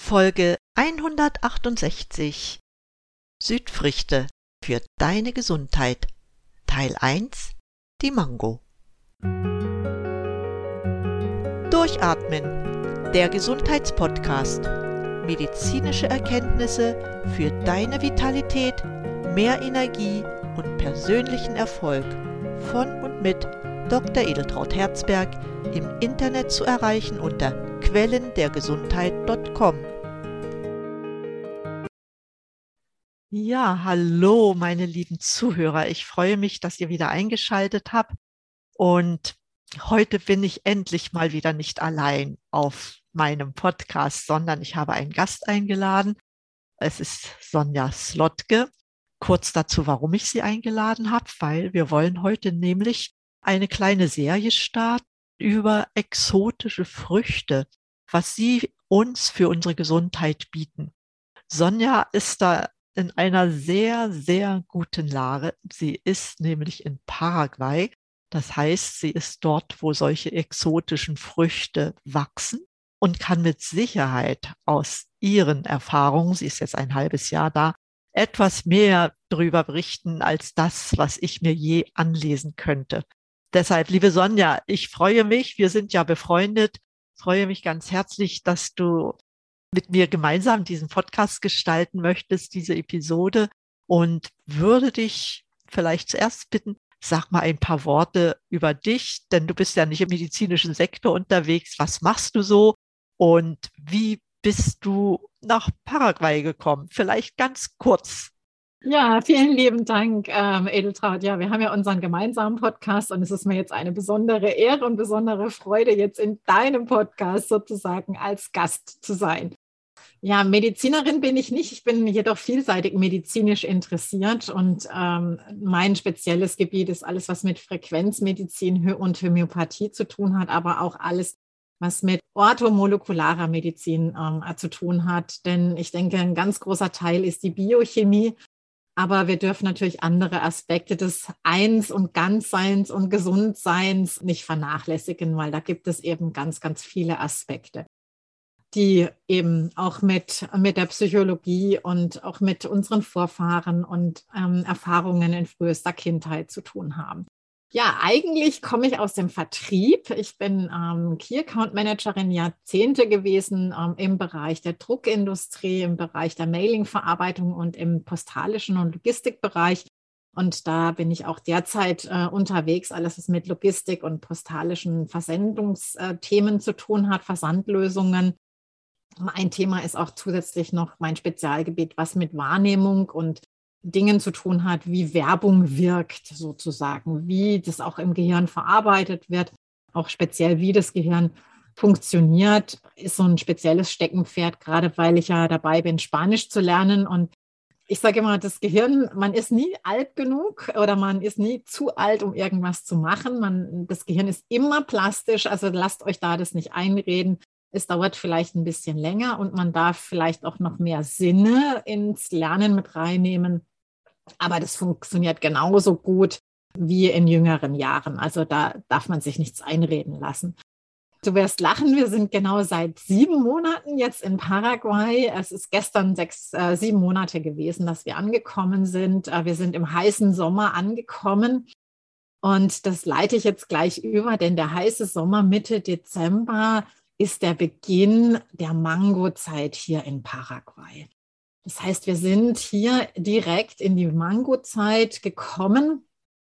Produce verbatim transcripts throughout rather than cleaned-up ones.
Folge hundertachtundsechzig Südfrüchte für deine Gesundheit Teil eins Die Mango. Durchatmen, der Gesundheitspodcast. Medizinische Erkenntnisse für deine Vitalität, mehr Energie und persönlichen Erfolg von und mit Doktor Edeltraud Herzberg, im Internet zu erreichen unter quellendergesundheit punkt com. Ja, hallo meine lieben Zuhörer. Ich freue mich, dass ihr wieder eingeschaltet habt. Und heute bin ich endlich mal wieder nicht allein auf meinem Podcast, sondern ich habe einen Gast eingeladen. Es ist Sonja Slotke. Kurz dazu, warum ich sie eingeladen habe, weil wir wollen heute nämlich eine kleine Serie starten über exotische Früchte, was sie uns für unsere Gesundheit bieten. Sonja ist da in einer sehr, sehr guten Lage. Sie ist nämlich in Paraguay. Das heißt, sie ist dort, wo solche exotischen Früchte wachsen und kann mit Sicherheit aus ihren Erfahrungen, sie ist jetzt ein halbes Jahr da, etwas mehr darüber berichten als das, was ich mir je anlesen könnte. Deshalb, liebe Sonja, ich freue mich, wir sind ja befreundet, freue mich ganz herzlich, dass du mit mir gemeinsam diesen Podcast gestalten möchtest, diese Episode, und würde dich vielleicht zuerst bitten, sag mal ein paar Worte über dich, denn du bist ja nicht im medizinischen Sektor unterwegs. Was machst du so und wie bist du nach Paraguay gekommen? Vielleicht ganz kurz. Ja, vielen lieben Dank, ähm, Edeltraud. Ja, wir haben ja unseren gemeinsamen Podcast und es ist mir jetzt eine besondere Ehre und besondere Freude, jetzt in deinem Podcast sozusagen als Gast zu sein. Ja, Medizinerin bin ich nicht, ich bin jedoch vielseitig medizinisch interessiert und ähm, mein spezielles Gebiet ist alles, was mit Frequenzmedizin und Homöopathie zu tun hat, aber auch alles, was mit orthomolekularer Medizin ähm, zu tun hat. Denn ich denke, ein ganz großer Teil ist die Biochemie. Aber wir dürfen natürlich andere Aspekte des Eins- und Ganzseins und Gesundseins nicht vernachlässigen, weil da gibt es eben ganz, ganz viele Aspekte, die eben auch mit, mit der Psychologie und auch mit unseren Vorfahren und ähm, Erfahrungen in frühester Kindheit zu tun haben. Ja, eigentlich komme ich aus dem Vertrieb. Ich bin ähm, Key Account Managerin Jahrzehnte gewesen ähm, im Bereich der Druckindustrie, im Bereich der Mailing-Verarbeitung und im postalischen und Logistikbereich. Und da bin ich auch derzeit äh, unterwegs, alles was mit Logistik und postalischen Versendungsthemen zu tun hat, Versandlösungen. Ein Thema ist auch zusätzlich noch mein Spezialgebiet, was mit Wahrnehmung und Dingen zu tun hat, wie Werbung wirkt sozusagen, wie das auch im Gehirn verarbeitet wird, auch speziell wie das Gehirn funktioniert, ist so ein spezielles Steckenpferd, gerade weil ich ja dabei bin, Spanisch zu lernen. Und ich sage immer, das Gehirn, man ist nie alt genug oder man ist nie zu alt, um irgendwas zu machen. Man, das Gehirn ist immer plastisch, also lasst euch da das nicht einreden. Es dauert vielleicht ein bisschen länger und man darf vielleicht auch noch mehr Sinne ins Lernen mit reinnehmen. Aber das funktioniert genauso gut wie in jüngeren Jahren. Also da darf man sich nichts einreden lassen. Du wirst lachen, wir sind genau seit sieben Monaten jetzt in Paraguay. Es ist gestern sechs, äh, sieben Monate gewesen, dass wir angekommen sind. Äh, wir sind im heißen Sommer angekommen. Und das leite ich jetzt gleich über, denn der heiße Sommer Mitte Dezember ist der Beginn der Mangozeit hier in Paraguay. Das heißt, wir sind hier direkt in die Mangozeit gekommen.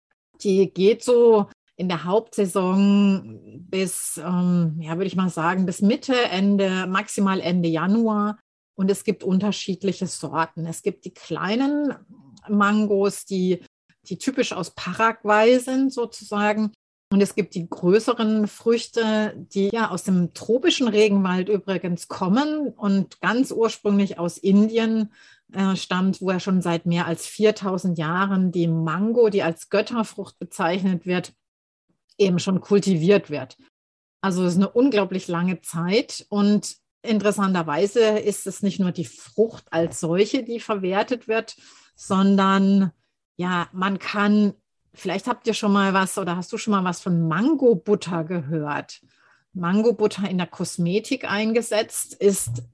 Die geht so in der Hauptsaison bis, ähm, ja, würde ich mal sagen, bis Mitte, Ende, maximal Ende Januar. Und es gibt unterschiedliche Sorten. Es gibt die kleinen Mangos, die, die typisch aus Paraguay sind sozusagen. Und es gibt die größeren Früchte, die ja aus dem tropischen Regenwald übrigens kommen und ganz ursprünglich aus Indien äh, stammt, wo ja schon seit mehr als viertausend Jahren die Mango, die als Götterfrucht bezeichnet wird, eben schon kultiviert wird. Also es ist eine unglaublich lange Zeit und interessanterweise ist es nicht nur die Frucht als solche, die verwertet wird, sondern ja, man kann Vielleicht habt ihr schon mal was oder hast du schon mal was von Mangobutter gehört? Mangobutter in der Kosmetik eingesetzt ist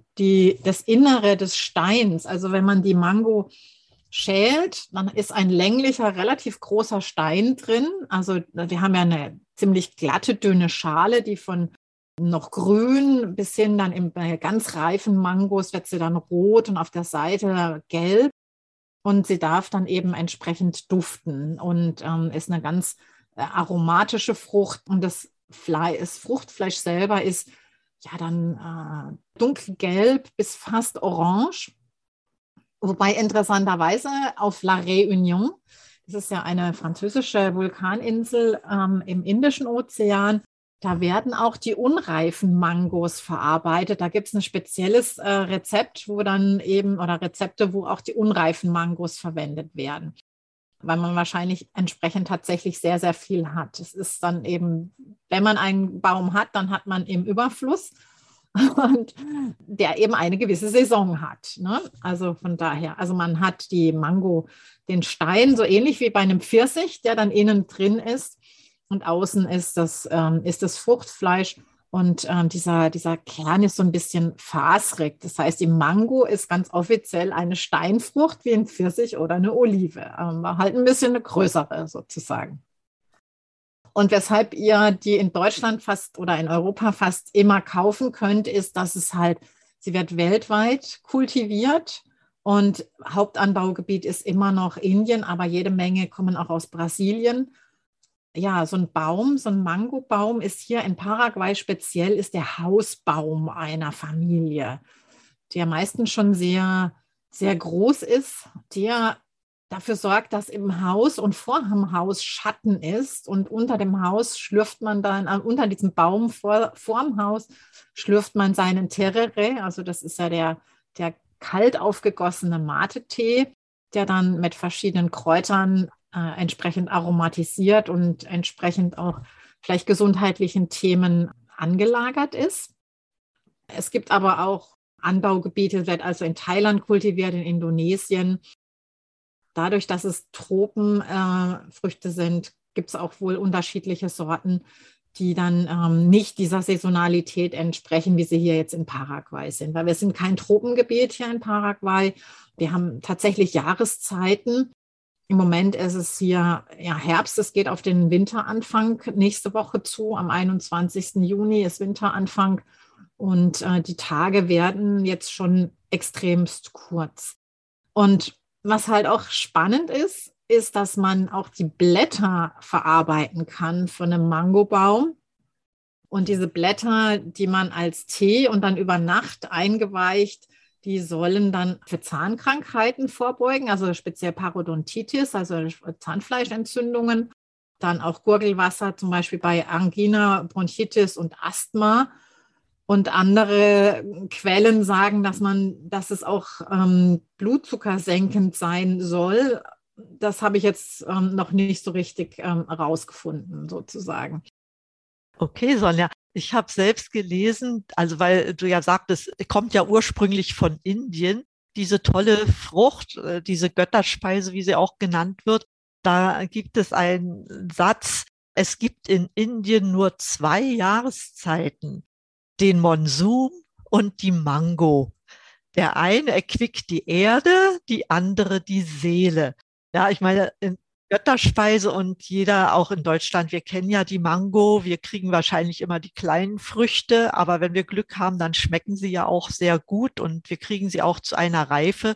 die, das Innere des Steins. Also wenn man die Mango schält, dann ist ein länglicher, relativ großer Stein drin. Also wir haben ja eine ziemlich glatte, dünne Schale, die von noch grün bis hin dann im, bei ganz reifen Mangos wird sie dann rot und auf der Seite gelb. Und sie darf dann eben entsprechend duften und ähm, ist eine ganz äh, aromatische Frucht. Und das, Fle das Fruchtfleisch selber ist ja dann äh, dunkelgelb bis fast orange. Wobei interessanterweise auf La Réunion, das ist ja eine französische Vulkaninsel ähm, im Indischen Ozean, da werden auch die unreifen Mangos verarbeitet. Da gibt es ein spezielles äh, Rezept, wo dann eben, oder Rezepte, wo auch die unreifen Mangos verwendet werden, weil man wahrscheinlich entsprechend tatsächlich sehr, sehr viel hat. Es ist dann eben, wenn man einen Baum hat, dann hat man im Überfluss und der eben eine gewisse Saison hat. Ne? Also von daher, also man hat die Mango, den Stein, so ähnlich wie bei einem Pfirsich, der dann innen drin ist. Und außen ist das, ähm, ist das Fruchtfleisch und ähm, dieser, dieser Kern ist so ein bisschen fasrig. Das heißt, die Mango ist ganz offiziell eine Steinfrucht wie ein Pfirsich oder eine Olive. Ähm, halt ein bisschen eine größere sozusagen. Und weshalb ihr die in Deutschland fast oder in Europa fast immer kaufen könnt, ist, dass es halt, sie wird weltweit kultiviert. Und Hauptanbaugebiet ist immer noch Indien, aber jede Menge kommen auch aus Brasilien. Ja, so ein Baum, so ein Mangobaum ist hier in Paraguay speziell, ist der Hausbaum einer Familie, der meistens schon sehr, sehr groß ist, der dafür sorgt, dass im Haus und vor dem Haus Schatten ist und unter dem Haus schlürft man dann, äh, unter diesem Baum vor, vor dem Haus schlürft man seinen Terere, also das ist ja der, der kalt aufgegossene Mate-Tee, der dann mit verschiedenen Kräutern Äh, entsprechend aromatisiert und entsprechend auch vielleicht gesundheitlichen Themen angelagert ist. Es gibt aber auch Anbaugebiete, wird also in Thailand kultiviert, in Indonesien. Dadurch, dass es Tropenfrüchte äh, sind, gibt es auch wohl unterschiedliche Sorten, die dann ähm, nicht dieser Saisonalität entsprechen, wie sie hier jetzt in Paraguay sind. Weil wir sind kein Tropengebiet hier in Paraguay. Wir haben tatsächlich Jahreszeiten. Im Moment ist es hier ja, Herbst, es geht auf den Winteranfang nächste Woche zu. Am einundzwanzigsten Juni ist Winteranfang und äh, die Tage werden jetzt schon extremst kurz. Und was halt auch spannend ist, ist, dass man auch die Blätter verarbeiten kann von einem Mangobaum. Und diese Blätter, die man als Tee und dann über Nacht eingeweicht, die sollen dann für Zahnkrankheiten vorbeugen, also speziell Parodontitis, also Zahnfleischentzündungen, dann auch Gurgelwasser, zum Beispiel bei Angina, Bronchitis und Asthma. Und andere Quellen sagen, dass man, dass es auch ähm, blutzuckersenkend sein soll. Das habe ich jetzt ähm, noch nicht so richtig ähm, rausgefunden, sozusagen. Okay, Sonja. Ich habe selbst gelesen, also weil du ja sagtest, kommt ja ursprünglich von Indien, diese tolle Frucht, diese Götterspeise, wie sie auch genannt wird. Da gibt es einen Satz, es gibt in Indien nur zwei Jahreszeiten, den Monsun und die Mango. Der eine erquickt die Erde, die andere die Seele. Ja, ich meine, in Götterspeise und jeder, auch in Deutschland, wir kennen ja die Mango, wir kriegen wahrscheinlich immer die kleinen Früchte, aber wenn wir Glück haben, dann schmecken sie ja auch sehr gut und wir kriegen sie auch zu einer Reife.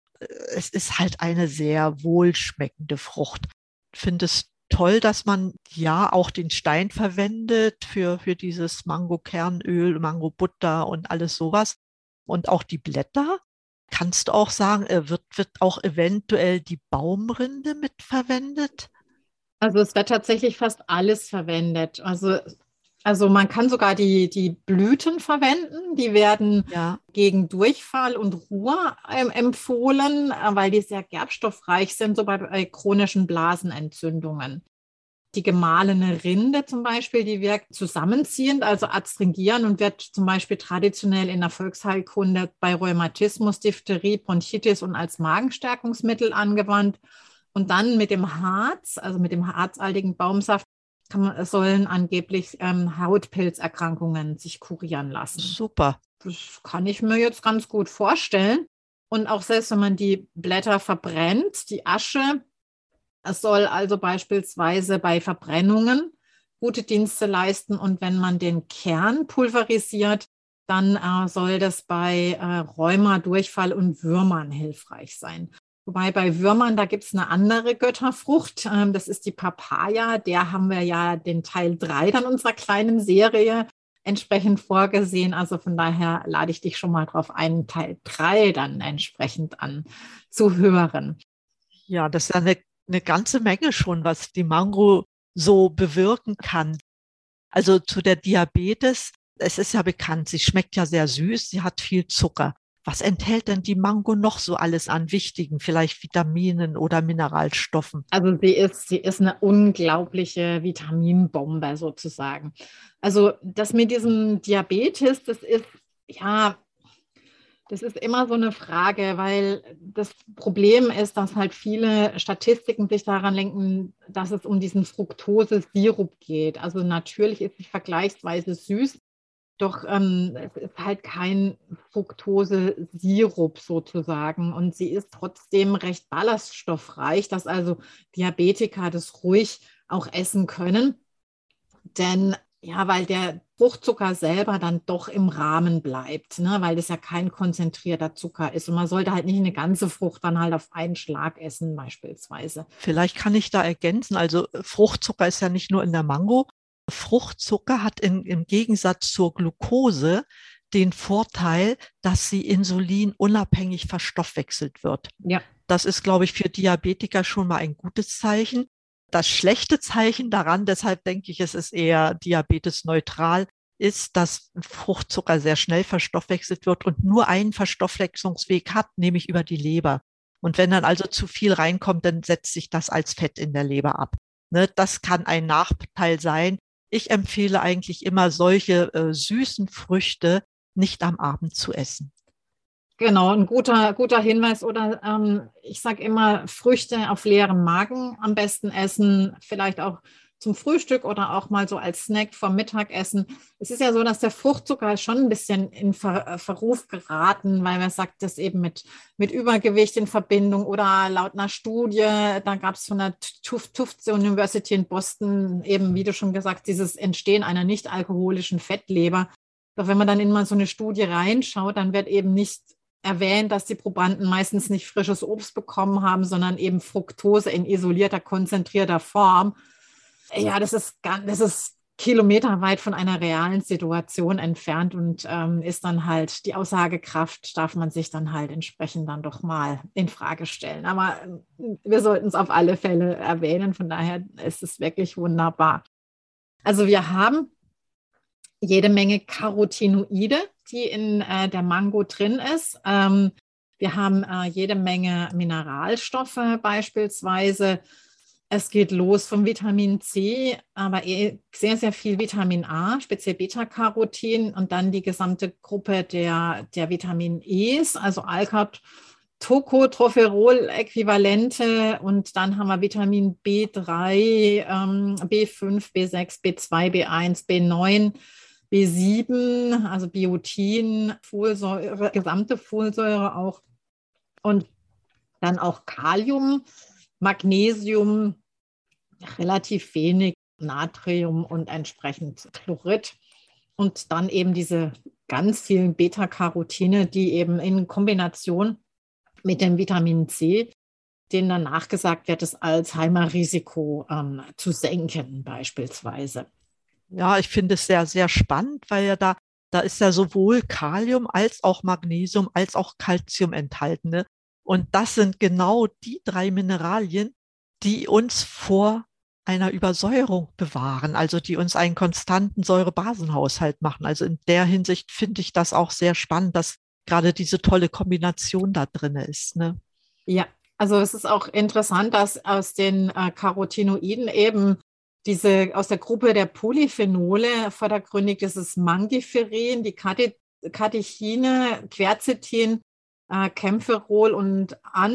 Es ist halt eine sehr wohlschmeckende Frucht. Ich finde es toll, dass man ja auch den Stein verwendet für, für dieses Mango-Kernöl, Mango-Butter und alles sowas und auch die Blätter. Kannst du auch sagen, wird, wird auch eventuell die Baumrinde mitverwendet? Also es wird tatsächlich fast alles verwendet. Also, also man kann sogar die, die Blüten verwenden. Die werden Ja. gegen Durchfall und Ruhr ähm, empfohlen, weil die sehr gerbstoffreich sind, so bei, bei chronischen Blasenentzündungen. Die gemahlene Rinde zum Beispiel, die wirkt zusammenziehend, also adstringierend und wird zum Beispiel traditionell in der Volksheilkunde bei Rheumatismus, Diphtherie, Bronchitis und als Magenstärkungsmittel angewandt. Und dann mit dem Harz, also mit dem harzhaltigen Baumsaft, kann man, sollen angeblich ähm, Hautpilzerkrankungen sich kurieren lassen. Super. Das kann ich mir jetzt ganz gut vorstellen. Und auch selbst wenn man die Blätter verbrennt, die Asche, es soll also beispielsweise bei Verbrennungen gute Dienste leisten. Und wenn man den Kern pulverisiert, dann äh, soll das bei äh, Rheuma, Durchfall und Würmern hilfreich sein. Wobei bei Würmern, da gibt es eine andere Götterfrucht, ähm, das ist die Papaya. Der haben wir ja den Teil drei dann unserer kleinen Serie entsprechend vorgesehen. Also von daher lade ich dich schon mal drauf ein, Teil drei dann entsprechend an zu hören. Ja, das ist ja eine, eine ganze Menge schon, was die Mango so bewirken kann. Also zu der Diabetes, es ist ja bekannt, sie schmeckt ja sehr süß, sie hat viel Zucker. Was enthält denn die Mango noch so alles an wichtigen, vielleicht Vitaminen oder Mineralstoffen? Also sie ist, sie ist eine unglaubliche Vitaminbombe sozusagen. Also das mit diesem Diabetes, das ist, ja, das ist immer so eine Frage, weil das Problem ist, dass halt viele Statistiken sich daran lenken, dass es um diesen Fructose-Sirup geht. Also natürlich ist es vergleichsweise süß, doch ähm, es ist halt kein Fructose-Sirup sozusagen und sie ist trotzdem recht ballaststoffreich, dass also Diabetiker das ruhig auch essen können. Denn ja, weil der Fruchtzucker selber dann doch im Rahmen bleibt, ne? Weil das ja kein konzentrierter Zucker ist. Und man sollte halt nicht eine ganze Frucht dann halt auf einen Schlag essen, beispielsweise. Vielleicht kann ich da ergänzen, also Fruchtzucker ist ja nicht nur in der Mango. Fruchtzucker hat in, im Gegensatz zur Glucose den Vorteil, dass sie insulinunabhängig verstoffwechselt wird. Ja. Das ist, glaube ich, für Diabetiker schon mal ein gutes Zeichen. Das schlechte Zeichen daran, deshalb denke ich, es ist eher diabetesneutral, ist, dass Fruchtzucker sehr schnell verstoffwechselt wird und nur einen Verstoffwechslungsweg hat, nämlich über die Leber. Und wenn dann also zu viel reinkommt, dann setzt sich das als Fett in der Leber ab. Ne, das kann ein Nachteil sein. Ich empfehle eigentlich immer, solche äh, süßen Früchte nicht am Abend zu essen. Genau, ein guter, guter Hinweis. Oder ähm, ich sage immer, Früchte auf leerem Magen am besten essen, vielleicht auch zum Frühstück oder auch mal so als Snack vom Mittagessen. Es ist ja so, dass der Fruchtzucker schon ein bisschen in Ver, Verruf geraten, weil man sagt, das eben mit, mit Übergewicht in Verbindung oder laut einer Studie, da gab es von der Tufts University in Boston eben, wie du schon gesagt, dieses Entstehen einer nicht alkoholischen Fettleber. Doch wenn man dann in mal so eine Studie reinschaut, dann wird eben nicht erwähnt, dass die Probanden meistens nicht frisches Obst bekommen haben, sondern eben Fructose in isolierter, konzentrierter Form. Ja, das ist, das ist kilometerweit von einer realen Situation entfernt und ähm, ist dann halt, die Aussagekraft darf man sich dann halt entsprechend dann doch mal in Frage stellen. Aber wir sollten es auf alle Fälle erwähnen, von daher ist es wirklich wunderbar. Also wir haben jede Menge Carotinoide, die in äh, der Mango drin ist. Ähm, wir haben äh, jede Menge Mineralstoffe beispielsweise. Es geht los vom Vitamin C, aber sehr, sehr viel Vitamin A, speziell Beta-Carotin und dann die gesamte Gruppe der, der Vitamin E's, also Alkat, Tocopherol-Äquivalente und dann haben wir Vitamin B drei, ähm, B fünf, B sechs, B zwei, B eins, B neun, B sieben, also Biotin, Folsäure, gesamte Folsäure auch und dann auch Kalium, Magnesium, relativ wenig Natrium und entsprechend Chlorid und dann eben diese ganz vielen Beta-Carotine, die eben in Kombination mit dem Vitamin C, denen dann nachgesagt wird, das Alzheimer-Risiko ähm, zu senken beispielsweise. Ja, ich finde es sehr, sehr spannend, weil ja da, da ist ja sowohl Kalium als auch Magnesium als auch Calcium enthalten. Ne? Und das sind genau die drei Mineralien, die uns vor einer Übersäuerung bewahren, also die uns einen konstanten Säurebasenhaushalt machen. Also in der Hinsicht finde ich das auch sehr spannend, dass gerade diese tolle Kombination da drin ist. Ne? Ja, also es ist auch interessant, dass aus den äh, Carotinoiden eben diese aus der Gruppe der Polyphenole, vordergründig das ist Mangiferin, die Kate, Katechine, Quercetin, äh, Campherol und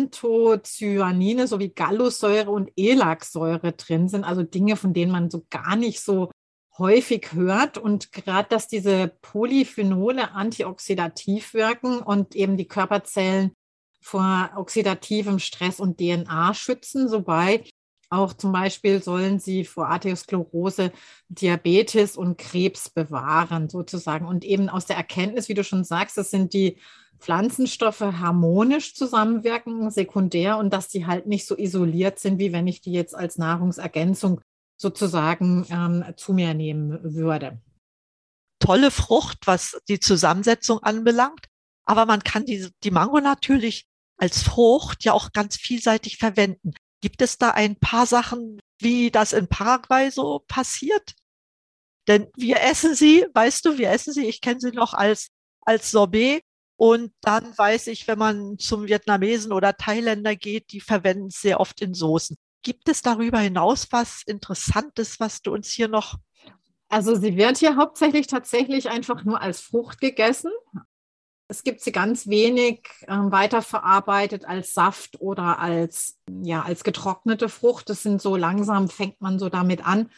Anthocyanine sowie Gallosäure und Elaxsäure drin sind. Also Dinge, von denen man so gar nicht so häufig hört. Und gerade, dass diese Polyphenole antioxidativ wirken und eben die Körperzellen vor oxidativem Stress und D N A schützen, wobei auch zum Beispiel sollen sie vor Arteriosklerose, Diabetes und Krebs bewahren, sozusagen. Und eben aus der Erkenntnis, wie du schon sagst, das sind die Pflanzenstoffe harmonisch zusammenwirken, sekundär, und dass die halt nicht so isoliert sind, wie wenn ich die jetzt als Nahrungsergänzung sozusagen ähm, zu mir nehmen würde. Tolle Frucht, was die Zusammensetzung anbelangt. Aber man kann die, die Mango natürlich als Frucht ja auch ganz vielseitig verwenden. Gibt es da ein paar Sachen, wie das in Paraguay so passiert? Denn wir essen sie, weißt du, wir essen sie, ich kenne sie noch als, als Sorbet. Und dann weiß ich, wenn man zum Vietnamesen oder Thailänder geht, die verwenden es sehr oft in Soßen. Gibt es darüber hinaus was Interessantes, was du uns hier noch... Also sie wird hier hauptsächlich tatsächlich einfach nur als Frucht gegessen. Es gibt sie ganz wenig äh, weiterverarbeitet als Saft oder als, ja, als getrocknete Frucht. Das sind so langsam, fängt man so damit an,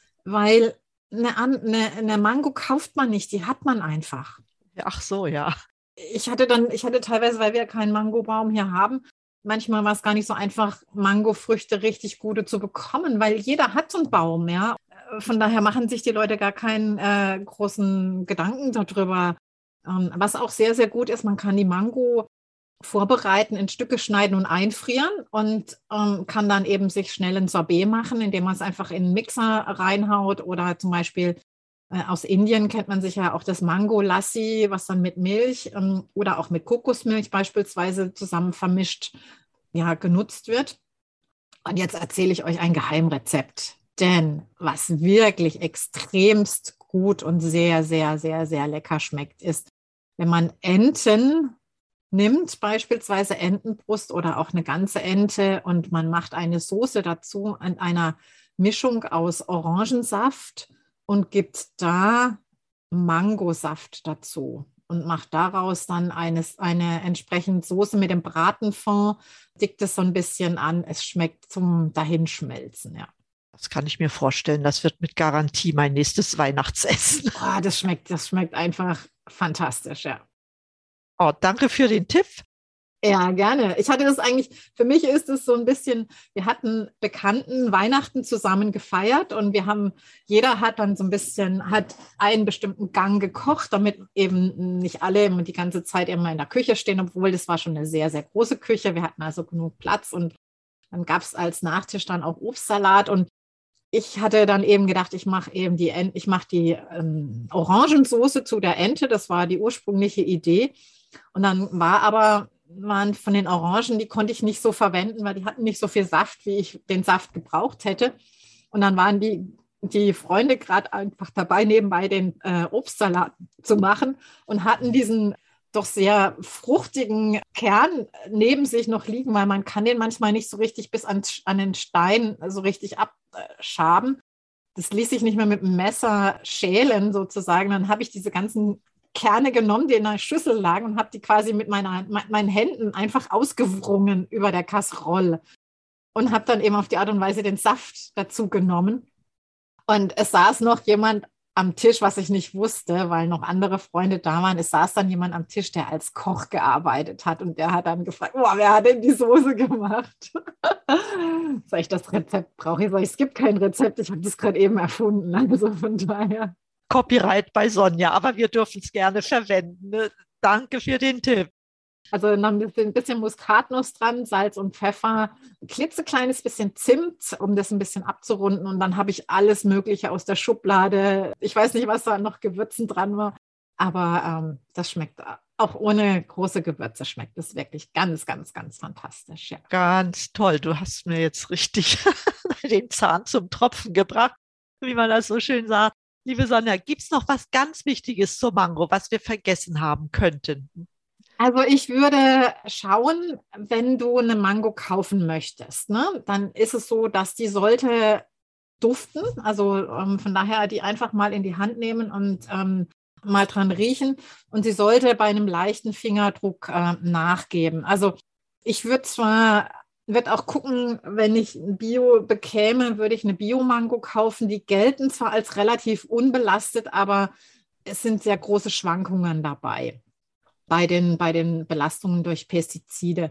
weil eine, eine, eine Mango kauft man nicht, die hat man einfach. Ach so, ja. Ich hatte dann, ich hatte teilweise, weil wir keinen Mangobaum hier haben, manchmal war es gar nicht so einfach, Mangofrüchte richtig gute zu bekommen, weil jeder hat so einen Baum, ja. Von daher machen sich die Leute gar keinen äh, großen Gedanken darüber. Ähm, was auch sehr, sehr gut ist, man kann die Mango vorbereiten, in Stücke schneiden und einfrieren und ähm, kann dann eben sich schnell ein Sorbet machen, indem man es einfach in einen Mixer reinhaut, oder zum Beispiel äh, aus Indien kennt man sicher auch das Mango Lassi, was dann mit Milch ähm, oder auch mit Kokosmilch beispielsweise zusammen vermischt, ja, genutzt wird. Und jetzt erzähle ich euch ein Geheimrezept. Denn was wirklich extremst gut und sehr, sehr, sehr, sehr lecker schmeckt, ist, wenn man Enten nimmt, beispielsweise Entenbrust oder auch eine ganze Ente, und man macht eine Soße dazu an einer Mischung aus Orangensaft und gibt da Mangosaft dazu und macht daraus dann eine, eine entsprechende Soße mit dem Bratenfond, dickt es so ein bisschen an. Es schmeckt zum Dahinschmelzen, ja. Das kann ich mir vorstellen. Das wird mit Garantie mein nächstes Weihnachtsessen. Oh, das schmeckt, das schmeckt einfach fantastisch, ja. Oh, danke für den Tipp. Ja, gerne. Ich hatte das eigentlich, für mich ist es so ein bisschen, wir hatten Bekannten Weihnachten zusammen gefeiert und wir haben, jeder hat dann so ein bisschen, hat einen bestimmten Gang gekocht, damit eben nicht alle die ganze Zeit immer in der Küche stehen, obwohl das war schon eine sehr, sehr große Küche. Wir hatten also genug Platz, und dann gab es als Nachtisch dann auch Obstsalat, und ich hatte dann eben gedacht, ich mache eben die, Ent, ich mache die ähm, Orangensoße zu der Ente. Das war die ursprüngliche Idee. Und dann war aber, waren von den Orangen, die konnte ich nicht so verwenden, weil die hatten nicht so viel Saft, wie ich den Saft gebraucht hätte. Und dann waren die, die Freunde gerade einfach dabei, nebenbei den äh, Obstsalat zu machen und hatten diesen doch sehr fruchtigen Kern neben sich noch liegen, weil man kann den manchmal nicht so richtig bis an, an den Stein so richtig abschaben. Das ließ sich nicht mehr mit dem Messer schälen sozusagen. Dann habe ich diese ganzen Kerne genommen, die in der Schüssel lagen, und habe die quasi mit meiner, mit meinen Händen einfach ausgewrungen über der Kasserolle und habe dann eben auf die Art und Weise den Saft dazu genommen. Und es saß noch jemand am Tisch, was ich nicht wusste, weil noch andere Freunde da waren. Es saß dann jemand am Tisch, der als Koch gearbeitet hat, und der hat dann gefragt, oh, wer hat denn die Soße gemacht? Sag ich, das Rezept brauche ich? Sag ich, es gibt kein Rezept, ich habe das gerade eben erfunden. Also von daher. Copyright bei Sonja, aber wir dürfen es gerne verwenden. Ne? Danke für den Tipp. Also noch ein bisschen Muskatnuss dran, Salz und Pfeffer, ein klitzekleines bisschen Zimt, um das ein bisschen abzurunden. Und dann habe ich alles Mögliche aus der Schublade. Ich weiß nicht, was da noch Gewürzen dran war, aber ähm, das schmeckt auch ohne große Gewürze, schmeckt es wirklich ganz, ganz, ganz fantastisch. Ja. Ganz toll. Du hast mir jetzt richtig den Zahn zum Tropfen gebracht, wie man das so schön sagt. Liebe Sonja, gibt es noch was ganz Wichtiges zur Mango, was wir vergessen haben könnten? Also ich würde schauen, wenn du eine Mango kaufen möchtest, ne, dann ist es so, dass die sollte duften. Also ähm, von daher die einfach mal in die Hand nehmen und ähm, mal dran riechen und sie sollte bei einem leichten Fingerdruck äh, nachgeben. Also ich würde zwar, würde auch gucken, wenn ich ein Bio bekäme, würde ich eine Bio-Mango kaufen. Die gelten zwar als relativ unbelastet, aber es sind sehr große Schwankungen dabei bei den, bei den Belastungen durch Pestizide.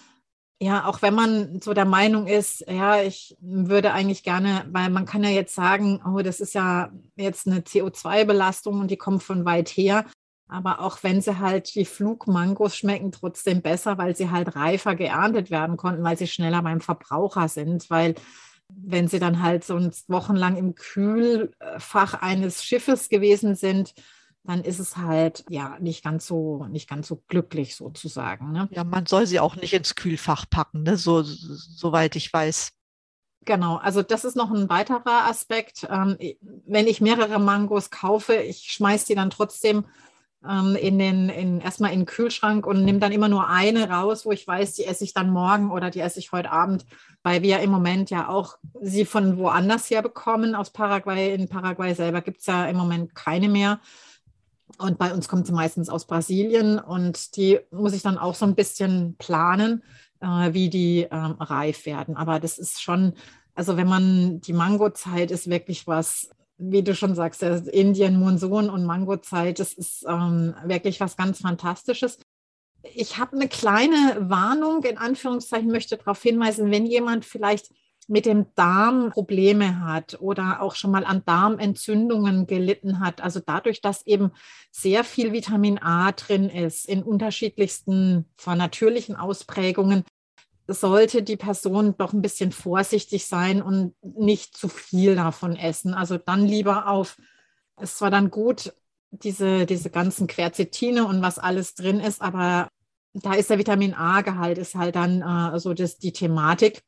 Ja, auch wenn man so der Meinung ist, ja, ich würde eigentlich gerne, weil man kann ja jetzt sagen, oh, das ist ja jetzt eine C O zwei Belastung und die kommt von weit her. Aber auch wenn sie halt, die Flugmangos schmecken trotzdem besser, weil sie halt reifer geerntet werden konnten, weil sie schneller beim Verbraucher sind. Weil wenn sie dann halt sonst wochenlang im Kühlfach eines Schiffes gewesen sind, dann ist es halt ja nicht ganz so, nicht ganz so glücklich sozusagen. Ne? Ja, man soll sie auch nicht ins Kühlfach packen, ne? So, so, soweit ich weiß. Genau, also das ist noch ein weiterer Aspekt. Ähm, wenn ich mehrere Mangos kaufe, ich schmeiße die dann trotzdem ähm, in den, in, erstmal in den Kühlschrank und nehme dann immer nur eine raus, wo ich weiß, die esse ich dann morgen oder die esse ich heute Abend, weil wir im Moment ja auch sie von woanders her bekommen, aus Paraguay. In Paraguay selber gibt es ja im Moment keine mehr. Und bei uns kommt sie meistens aus Brasilien und die muss ich dann auch so ein bisschen planen, äh, wie die ähm, reif werden. Aber das ist schon, also wenn man, die Mangozeit ist wirklich was, wie du schon sagst, der Indien, Monsun und Mangozeit, das ist ähm, wirklich was ganz Fantastisches. Ich habe eine kleine Warnung, in Anführungszeichen, möchte darauf hinweisen, wenn jemand vielleicht mit dem Darm Probleme hat oder auch schon mal an Darmentzündungen gelitten hat. Also dadurch, dass eben sehr viel Vitamin A drin ist, in unterschiedlichsten, zwar natürlichen Ausprägungen, sollte die Person doch ein bisschen vorsichtig sein und nicht zu viel davon essen. Also dann lieber auf, es war dann gut, diese, diese ganzen Quercetine und was alles drin ist, aber da ist der Vitamin A-Gehalt, ist halt dann äh, so das, die Thematik.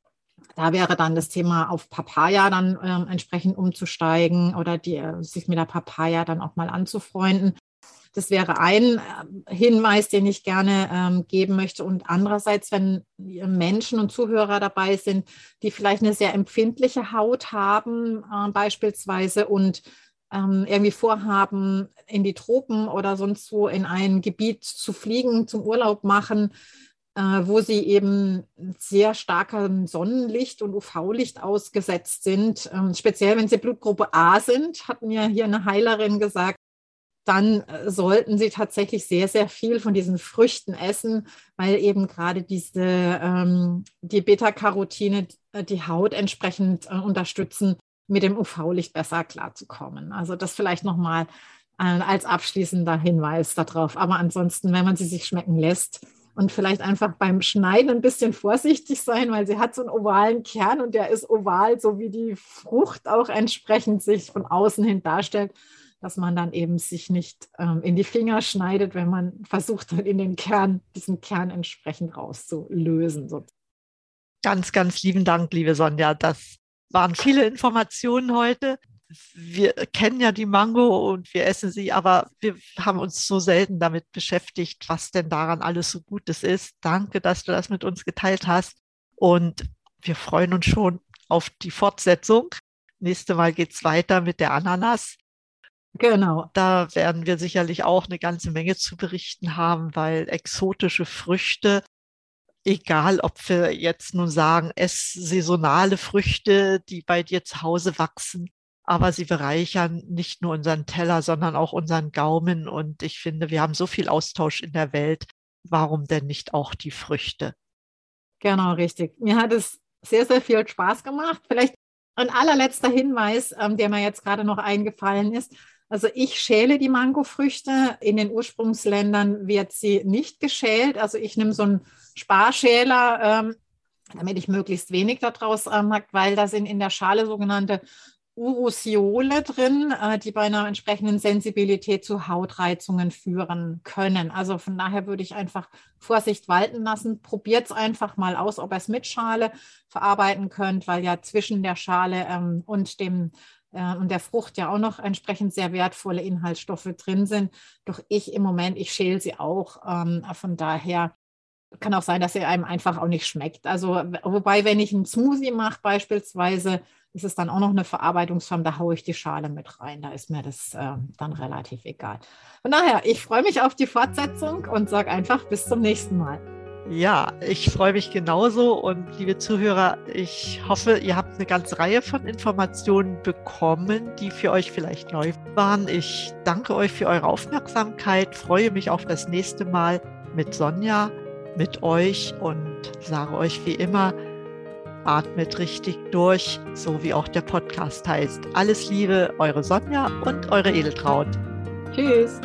Da wäre dann das Thema auf Papaya dann ähm, entsprechend umzusteigen oder die, äh, sich mit der Papaya dann auch mal anzufreunden. Das wäre ein äh, Hinweis, den ich gerne ähm, geben möchte. Und andererseits, wenn Menschen und Zuhörer dabei sind, die vielleicht eine sehr empfindliche Haut haben, äh, beispielsweise, und ähm, irgendwie vorhaben, in die Tropen oder sonst wo in ein Gebiet zu fliegen, zum Urlaub machen, wo sie eben sehr starkem Sonnenlicht und U V-Licht ausgesetzt sind. Speziell wenn sie Blutgruppe A sind, hat mir hier eine Heilerin gesagt, dann sollten sie tatsächlich sehr, sehr viel von diesen Früchten essen, weil eben gerade diese, ähm, die Beta-Carotine die Haut entsprechend äh, unterstützen, mit dem U V-Licht besser klarzukommen. Also das vielleicht nochmal äh, als abschließender Hinweis darauf. Aber ansonsten, wenn man sie sich schmecken lässt, und vielleicht einfach beim Schneiden ein bisschen vorsichtig sein, weil sie hat so einen ovalen Kern und der ist oval, so wie die Frucht auch entsprechend sich von außen hin darstellt, dass man dann eben sich nicht ähm, in die Finger schneidet, wenn man versucht, dann in den Kern, diesen Kern entsprechend rauszulösen. So. Ganz, ganz lieben Dank, liebe Sonja. Das waren viele Informationen heute. Wir kennen ja die Mango und wir essen sie, aber wir haben uns so selten damit beschäftigt, was denn daran alles so Gutes ist. Danke, dass du das mit uns geteilt hast und wir freuen uns schon auf die Fortsetzung. Nächste Mal geht es weiter mit der Ananas. Genau. Da werden wir sicherlich auch eine ganze Menge zu berichten haben, weil exotische Früchte, egal ob wir jetzt nun sagen, ess saisonale Früchte, die bei dir zu Hause wachsen, aber sie bereichern nicht nur unseren Teller, sondern auch unseren Gaumen. Und ich finde, wir haben so viel Austausch in der Welt. Warum denn nicht auch die Früchte? Genau, richtig. Mir hat es sehr, sehr viel Spaß gemacht. Vielleicht ein allerletzter Hinweis, ähm, der mir jetzt gerade noch eingefallen ist. Also ich schäle die Mangofrüchte. In den Ursprungsländern wird sie nicht geschält. Also ich nehme so einen Sparschäler, ähm, damit ich möglichst wenig daraus ähm, habe, weil da sind in der Schale sogenannte Urushiole drin, äh, die bei einer entsprechenden Sensibilität zu Hautreizungen führen können. Also von daher würde ich einfach Vorsicht walten lassen. Probiert es einfach mal aus, ob ihr es mit Schale verarbeiten könnt, weil ja zwischen der Schale ähm, und dem äh, und der Frucht ja auch noch entsprechend sehr wertvolle Inhaltsstoffe drin sind. Doch ich im Moment, ich schäle sie auch. Ähm, von daher Kann auch sein, dass sie einem einfach auch nicht schmeckt. Also, wobei, wenn ich einen Smoothie mache beispielsweise, ist es dann auch noch eine Verarbeitungsform, da haue ich die Schale mit rein. Da ist mir das äh, dann relativ egal. Von daher, ich freue mich auf die Fortsetzung und sage einfach bis zum nächsten Mal. Ja, ich freue mich genauso und liebe Zuhörer, ich hoffe, ihr habt eine ganze Reihe von Informationen bekommen, die für euch vielleicht neu waren. Ich danke euch für eure Aufmerksamkeit, freue mich auf das nächste Mal mit Sonja, mit euch und sage euch wie immer, atmet richtig durch, so wie auch der Podcast heißt. Alles Liebe, eure Sonja und eure Edeltraut. Tschüss.